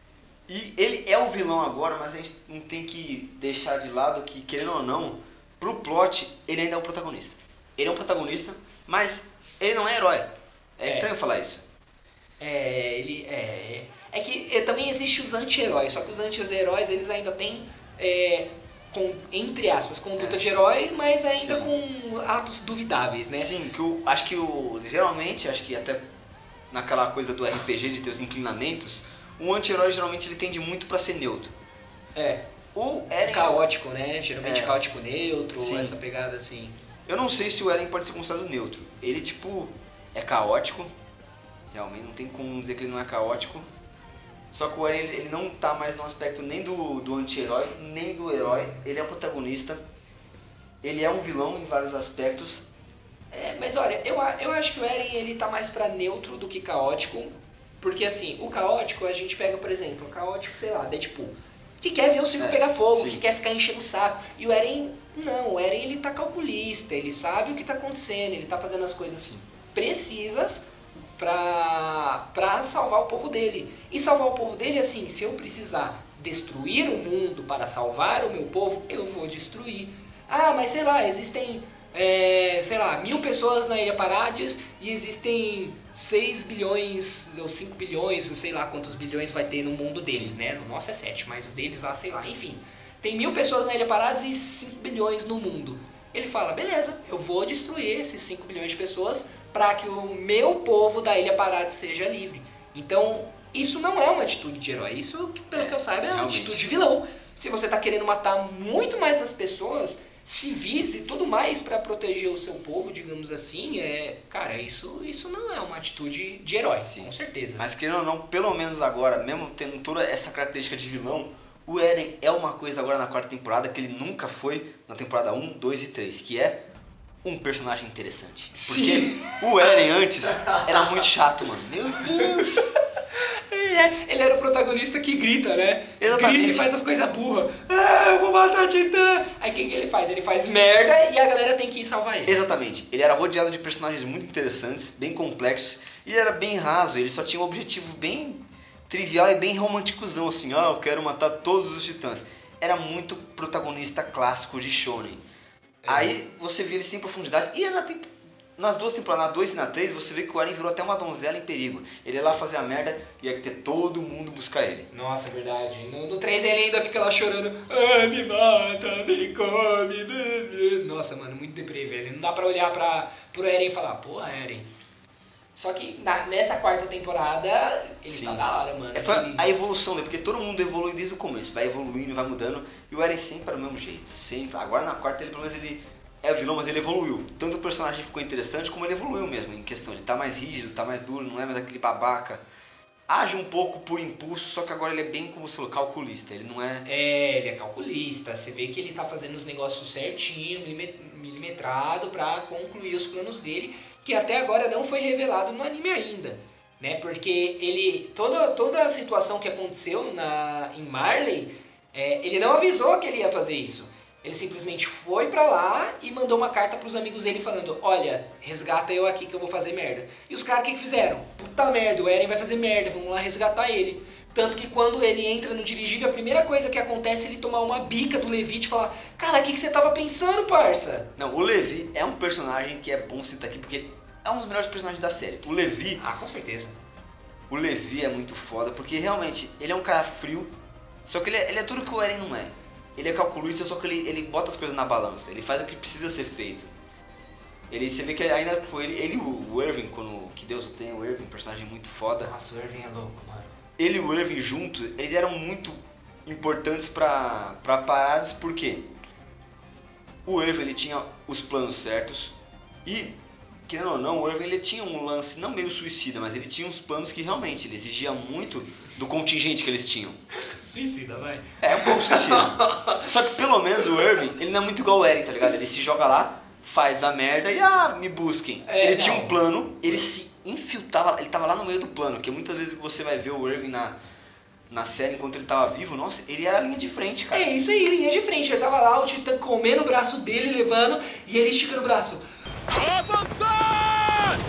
E ele é o vilão agora, mas a gente não tem que deixar de lado que, querendo ou não, pro plot, ele ainda é o protagonista. Ele é um protagonista, mas ele não é herói. É, é. estranho falar isso. É, ele é... É que é, também existem os anti-heróis, só que os anti-heróis, eles ainda têm... É, com, entre aspas, conduta é. de herói, mas ainda Sim. com atos duvidáveis, né? Sim, que eu acho que o geralmente, acho que até naquela coisa do R P G de ter os inclinamentos, um anti-herói geralmente ele tende muito pra ser neutro. É. O Eren caótico, né? Geralmente é. caótico neutro, Sim. essa pegada assim. Eu não sei se o Eren pode ser considerado neutro. Ele tipo é caótico, realmente não tem como dizer que ele não é caótico. Só que o Eren ele não tá mais no aspecto nem do, do anti-herói, nem do herói. Ele é o protagonista. Ele é um vilão em vários aspectos. É, mas olha, eu, eu acho que o Eren ele tá mais pra neutro do que caótico. Porque assim, o caótico a gente pega, por exemplo, o caótico, sei lá, Deadpool. Que quer ver o circo é, pegar fogo, sim. que quer ficar enchendo o saco. E o Eren, não, o Eren ele tá calculista, ele sabe o que tá acontecendo, ele tá fazendo as coisas assim, precisas pra, pra salvar o povo dele. E salvar o povo dele, assim, se eu precisar destruir o mundo para salvar o meu povo, eu vou destruir. ah, mas sei lá, existem, é, sei lá, mil pessoas na Ilha Parades e existem seis bilhões ou cinco bilhões, sei lá quantos bilhões vai ter no mundo deles, Sim. né? No nosso é sete, mas o deles lá, sei lá, enfim. Tem mil pessoas na Ilha Parades e cinco bilhões no mundo. Ele fala, beleza, eu vou destruir esses cinco bilhões de pessoas para que o meu povo da Ilha Parades seja livre. Então, isso não é uma atitude de herói. Isso, pelo é, que eu saiba, é uma realmente. atitude de vilão. Se você está querendo matar muito mais das pessoas, civis e tudo mais para proteger o seu povo, digamos assim, é, cara, isso, isso não é uma atitude de herói, Sim. com certeza. Mas querendo ou não, pelo menos agora, mesmo tendo toda essa característica de vilão, o Eren é uma coisa agora na quarta temporada que ele nunca foi na temporada um, dois e três, que é um personagem interessante. Sim. Porque o Eren antes era muito chato, mano. Meu Deus! É, ele era o protagonista que grita, né? Exatamente. Grita e faz as coisas burras. Ah, eu vou matar a Titã! Aí o que, que ele faz? Ele faz merda e a galera tem que ir salvar ele. Exatamente. Ele era rodeado de personagens muito interessantes, bem complexos, e ele era bem raso, ele só tinha um objetivo bem trivial e bem românticozão, assim, ah, eu quero matar todos os titãs. Era muito protagonista clássico de shonen. É. Aí você vê ele sem profundidade, e na temp- nas duas temporadas, na dois e na três, você vê que o Eren virou até uma donzela em perigo. Ele ia lá fazer a merda e ia ter todo mundo buscar ele. Nossa, é verdade. No, no três ele ainda fica lá chorando, ah, me mata, me come, me, me. Nossa, mano, muito deprê, velho. Não dá pra olhar pra, pro Eren e falar, porra, Eren. Só que na, nessa quarta temporada, ele Sim. tá da hora, mano. É, foi ele... a evolução, né? Porque todo mundo evolui desde o começo. Vai evoluindo, vai mudando. E o Eren sempre era do mesmo jeito. Sempre. Agora na quarta, ele pelo menos ele é vilão, mas ele evoluiu. Tanto o personagem ficou interessante, como ele evoluiu mesmo em questão. Ele tá mais rígido, tá mais duro, não é mais aquele babaca. Age um pouco por impulso, só que agora ele é bem como se fosse calculista. Ele não é... É, ele é calculista. Você vê que ele tá fazendo os negócios certinho, milimetrado, pra concluir os planos dele, que até agora não foi revelado no anime ainda, né? Porque ele toda, toda a situação que aconteceu na, em Marley, é, ele não avisou que ele ia fazer isso. Ele simplesmente foi pra lá e mandou uma carta pros amigos dele falando, olha, resgata eu aqui que eu vou fazer merda. E os caras o que, que fizeram? Puta merda, o Eren vai fazer merda, vamos lá resgatar ele. Tanto que quando ele entra no dirigível, a primeira coisa que acontece é ele tomar uma bica do Levi e falar, cara, o que, que você tava pensando, parça? Não, o Levi é um personagem que é bom citar aqui, porque é um dos melhores personagens da série. O Levi... Ah, com certeza. O Levi é muito foda, porque realmente, ele é um cara frio, só que ele é, ele é tudo que o Eren não é. Ele é calculista, só que ele, ele bota as coisas na balança, ele faz o que precisa ser feito. Ele, você vê que ainda com ele, ele e o Irving, quando, que Deus o tenha, o Irving, um personagem muito foda. Nossa, o Irving é louco, mano. Ele e o Irving juntos, eles eram muito importantes pra, pra paradas, porque o Irving ele tinha os planos certos e, querendo ou não, o Irving ele tinha um lance, não meio suicida, mas ele tinha uns planos que realmente ele exigia muito do contingente que eles tinham. Suicida, vai. É, um pouco suicida. Só que pelo menos o Irving, ele não é muito igual o Eren, tá ligado? Ele se joga lá, faz a merda e, ah, me busquem. É, ele não. tinha um plano, ele se infiltrava, ele tava lá no meio do plano, que muitas vezes você vai ver o Irving na, na série enquanto ele tava vivo, nossa, ele era a linha de frente, cara. É isso aí, linha de frente. Ele tava lá, o Titã comendo o braço dele, levando, e ele esticando o braço. Avançar!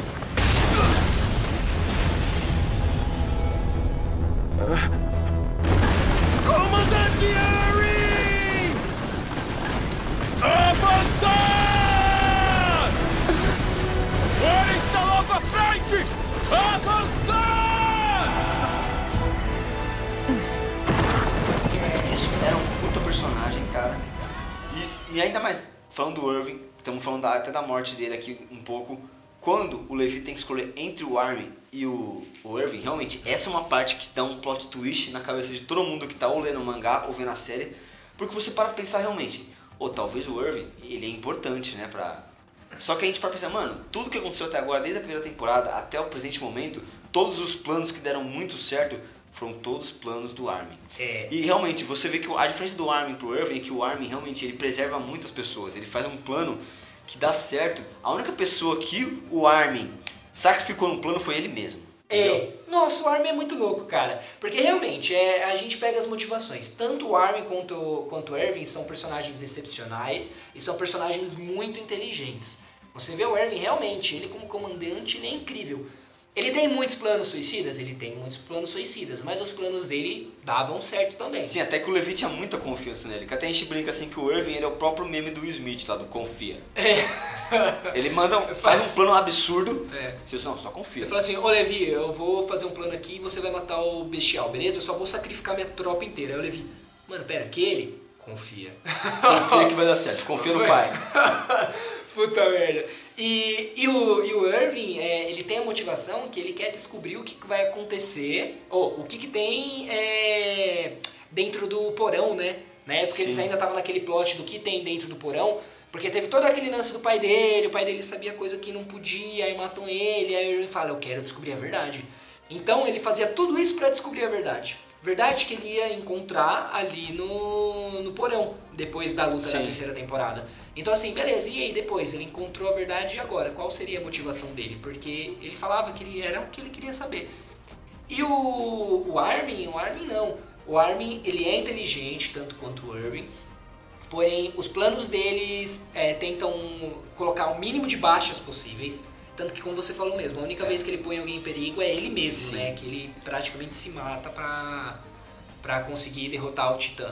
Comandante Harry! Avançar! O Eren está logo à frente! Avançar! Isso era um puta personagem, cara. E, e ainda mais, falando do Irving, estamos falando da, até da morte dele aqui um pouco. Quando o Levi tem que escolher entre o Armin e o, o Irving, realmente essa é uma parte que dá um plot twist na cabeça de todo mundo que tá ou lendo o mangá ou vendo a série, porque você para pensar realmente, ou talvez o Irving, ele é importante, né, pra... Só que a gente para pensar, mano, tudo que aconteceu até agora, desde a primeira temporada até o presente momento, todos os planos que deram muito certo foram todos planos do Armin. É. E realmente, você vê que a diferença do Armin pro Irving é que o Armin realmente ele preserva muitas pessoas, ele faz um plano que dá certo. A única pessoa que o Armin sacrificou no plano foi ele mesmo. Entendeu? É, nossa, o Armin é muito louco, cara. Porque realmente, é, a gente pega as motivações. Tanto o Armin quanto, quanto o Irving são personagens excepcionais e são personagens muito inteligentes. Você vê o Irving realmente, ele como comandante, ele é incrível. Ele tem muitos planos suicidas? Ele tem muitos planos suicidas, mas os planos dele davam certo também. Sim, até que o Levi tinha muita confiança nele. Que até a gente brinca assim que o Irving ele é o próprio meme do Will Smith lá, do confia. É. Ele manda, faz um plano absurdo. É. Você não, só confia. Ele fala assim, ô Levi, eu vou fazer um plano aqui e você vai matar o bestial, beleza? Eu só vou sacrificar minha tropa inteira. Aí o Levi, mano, pera, aquele? Confia. Confia que vai dar certo, confia no pai. Puta merda. E, e, o, e o Irving, é, ele tem a motivação que ele quer descobrir o que vai acontecer, ou o que, que tem é, dentro do porão, né? Na época Sim. eles ainda estavam naquele plot do que tem dentro do porão, porque teve todo aquele lance do pai dele, o pai dele sabia coisa que não podia, aí matam ele, aí o Irving fala, eu quero descobrir a verdade. Então ele fazia tudo isso para descobrir a verdade. Verdade que ele ia encontrar ali no, no porão, depois da luta Sim. da terceira temporada. Então assim, beleza, e aí depois? Ele encontrou a verdade e agora? Qual seria a motivação dele? Porque ele falava que ele era o que ele queria saber. E o, o Armin, o Armin não. O Armin, ele é inteligente, tanto quanto o Irving. Porém, os planos deles é, tentam colocar o mínimo de baixas possíveis. Tanto que, como você falou mesmo, a única vez que ele põe alguém em perigo é ele mesmo, Sim. né? Que ele praticamente se mata pra, pra conseguir derrotar o Titã.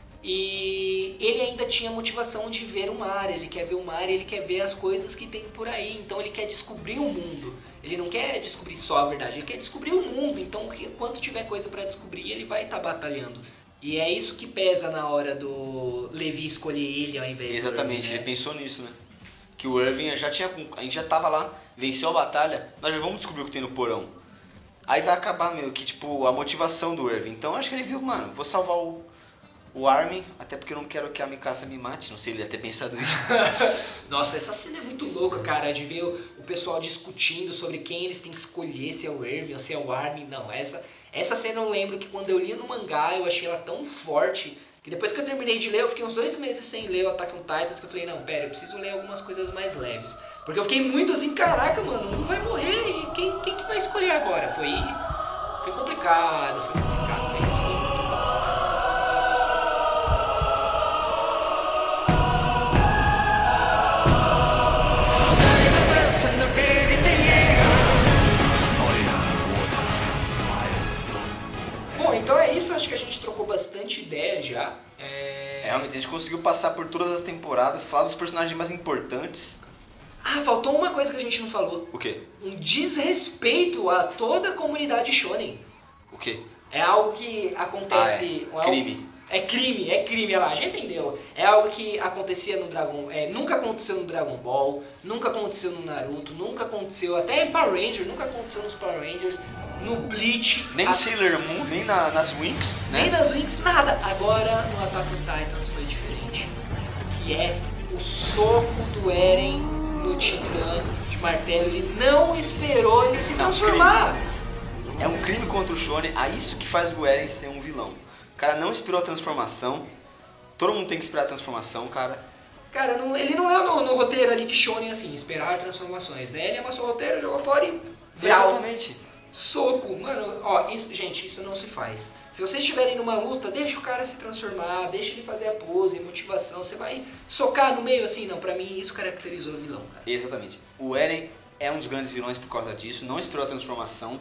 E ele ainda tinha a motivação de ver o mar, ele quer ver o mar, ele quer ver as coisas que tem por aí, então ele quer descobrir o mundo. Ele não quer descobrir só a verdade, ele quer descobrir o mundo, então enquanto tiver coisa pra descobrir, ele vai estar tá batalhando. E é isso que pesa na hora do Levi escolher ele ao invés do Exatamente, Irving, né? ele pensou nisso, né? Que o Irving já tinha, a gente já tava lá, venceu a batalha, nós já vamos descobrir o que tem no porão. Aí vai acabar meio que tipo a motivação do Irving. Então acho que ele viu, mano, vou salvar o O Armin, até porque eu não quero que a Mikasa me mate, não sei, ele deve ter pensado isso. Nossa, essa cena é muito louca, cara, de ver o, o pessoal discutindo sobre quem eles têm que escolher, se é o Irving ou se é o Armin. Não, essa, essa cena eu lembro que quando eu li no mangá, eu achei ela tão forte, que depois que eu terminei de ler, eu fiquei uns dois meses sem ler o Attack on Titans, que eu falei, não, pera, eu preciso ler algumas coisas mais leves. Porque eu fiquei muito assim, caraca, mano, um vai morrer, e quem, quem que vai escolher agora? Foi, foi complicado, foi complicado, mas foi muito bom. Bom, então é isso, acho que a gente trocou bastante ideia já. É... É, realmente, a gente conseguiu passar por todas as temporadas, falar dos personagens mais importantes. Ah, faltou uma coisa que a gente não falou. O quê? Um desrespeito a toda a comunidade shonen. O quê? É algo que acontece... Ah, é. Crime. Algo... É crime, é crime, olha lá, já entendeu. É algo que acontecia no Dragon... É, nunca aconteceu no Dragon Ball, nunca aconteceu no Naruto, nunca aconteceu até em Power Rangers, nunca aconteceu nos Power Rangers, no Bleach... Nem a... no Sailor Moon, nem na, nas Winx, né? Nem nas Winx, nada. Agora no Attack on Titans foi diferente. Que é o soco do Eren no Titã de martelo. Ele não esperou ele se Não, transformar. É um crime contra o Shonen, é isso que faz o Eren ser um vilão. O cara não esperou a transformação. Todo mundo tem que esperar a transformação, cara. Cara, não, ele não é no, no roteiro ali de Shonen assim, esperar transformações, né? Ele amassou o roteiro, jogou fora e... Vrau. Exatamente. Soco, mano, ó, isso, gente, isso não se faz. Se vocês estiverem numa luta, deixa o cara se transformar, deixa ele fazer a pose, motivação. Você vai socar no meio assim, não, pra mim isso caracterizou o vilão, cara. Exatamente. O Eren é um dos grandes vilões por causa disso, não esperou a transformação.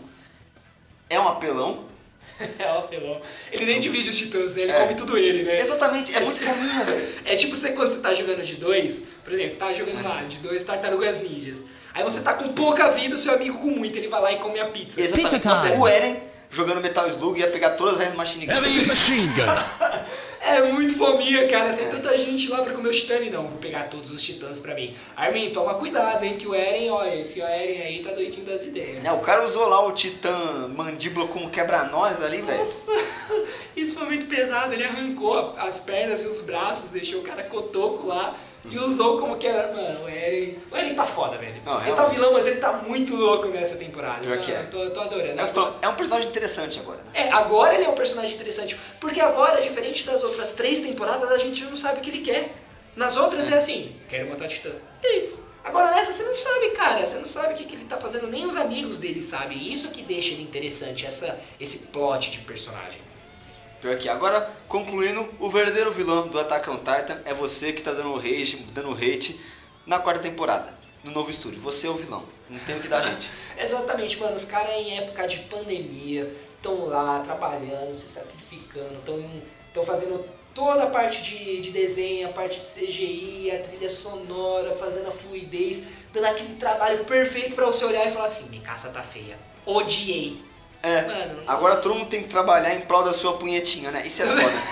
É um apelão. É um apelão. Ele nem divide os titãs, né? Ele É. come tudo ele, né? Exatamente, é muito fominha, velho. É tipo você quando você tá jogando de dois, por exemplo, tá jogando lá de dois tartarugas ninjas. Aí você tá com pouca vida, o seu amigo com muita, ele vai lá e come a pizza. Exatamente. Pizza Nossa, time. o Eren jogando Metal Slug ia pegar todas as Machine Guns. Heavy machine gun. É muito fominha, cara. Tem tanta gente lá pra comer os titãs. Não, vou pegar todos os titãs pra mim. Armin, toma cuidado, hein, que o Eren, olha, esse Eren aí tá doidinho das ideias. É, o cara usou lá o Titã Mandíbula como quebra-nós ali, velho. Nossa, isso foi muito pesado. Ele arrancou as pernas e os braços, deixou o cara cotoco lá e usou como que era. Mano, o Eren. O Eren tá foda, velho. Não, ele tá realmente. vilão, mas ele tá muito louco nessa temporada. Pior Eu tô, que é. tô, eu tô adorando. É, o que eu falo, é um personagem interessante agora, né? É, agora ele é um personagem interessante. Porque agora, diferente das outras três temporadas, a gente não sabe o que ele quer. Nas outras é, é assim, quero matar Titã. É isso. Agora nessa você não sabe, cara. Você não sabe o que, que ele tá fazendo. Nem os amigos dele sabem. Isso que deixa ele interessante, essa, esse plot de personagem. Pior que é. Agora, concluindo, o verdadeiro vilão do Attack on Titan é você que tá dando rage, dando hate na quarta temporada. no novo estúdio. Você é o vilão, não tem o que dar hate. Exatamente, mano, os caras em época de pandemia estão lá trabalhando, se sacrificando, estão fazendo toda a parte de, de desenho, a parte de C G I, a trilha sonora, fazendo a fluidez, dando aquele trabalho perfeito pra você olhar e falar assim, Mikasa tá feia, odiei. É, mano, agora todo mundo tem que trabalhar em prol da sua punhetinha, né? Isso é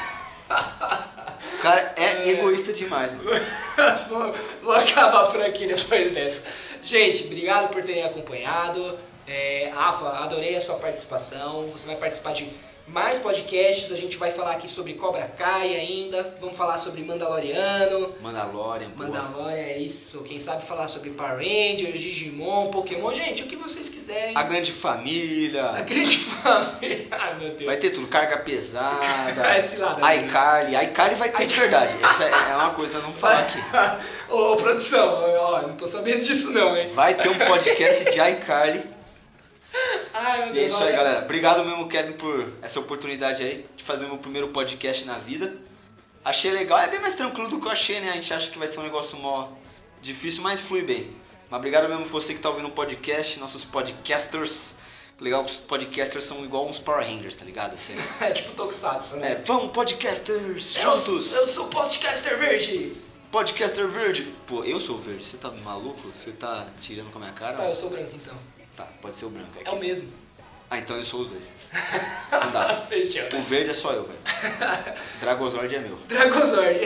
foda. O cara é, é egoísta demais, mano. vou, vou acabar por aqui depois dessa. Gente, obrigado por terem acompanhado. É, Rafa, adorei a sua participação. Você vai participar de mais podcasts. A gente vai falar aqui sobre Cobra Kai ainda. Vamos falar sobre Mandaloriano. Mandalorian, pô. Mandalorian, é isso. Quem sabe falar sobre Power Rangers, Digimon, Pokémon. Gente, o que vocês quiserem. A Grande Família. A Grande Família. Ai, meu Deus. Vai ter tudo. Carga pesada. Esse lado, iCarly. iCarly vai ter de verdade. Essa é uma coisa que nós vamos falar aqui. Ô, ô, produção, ó, não tô sabendo disso não, hein. Vai ter um podcast de iCarly. Ai, meu Deus. E é isso aí, olha. galera. Obrigado mesmo, Kevin, por essa oportunidade aí de fazer o meu primeiro podcast na vida. Achei legal. É bem mais tranquilo do que eu achei, né? A gente acha que vai ser um negócio mó difícil, mas flui bem. Mas obrigado mesmo você que tá ouvindo o podcast, nossos podcasters. Legal que os podcasters são igual uns Power Rangers, tá ligado? Você... É tipo Tokusatsu, né? É, vamos, podcasters, Eu, juntos! eu sou podcaster verde! Podcaster verde! Pô, eu sou verde, você tá maluco? Você tá tirando com a minha cara? Tá, eu sou branco então. Tá, pode ser o branco. É o mesmo. Ah, então eu sou os dois. Não dá. Fechou. O verde é só eu, velho. Dragozord é meu. Dragozord.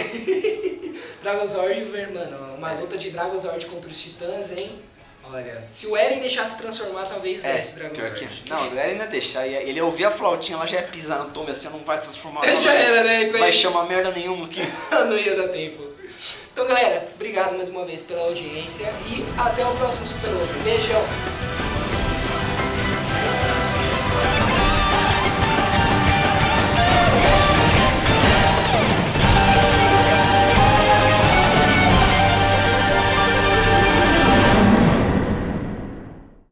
Dragozord, mano, uma luta de Dragozord contra os Titãs, hein? Olha, se o Eren deixasse transformar, talvez É, desse Dragozord. pior que... Não, ele ainda deixar. Ele ia ouvir a flautinha, ela já ia pisar no tome assim, não vai transformar. É, já era, né? Vai ele... chamar merda nenhuma aqui. Não ia dar tempo. Então, galera, obrigado mais uma vez pela audiência e até o próximo Super Outro. Beijão!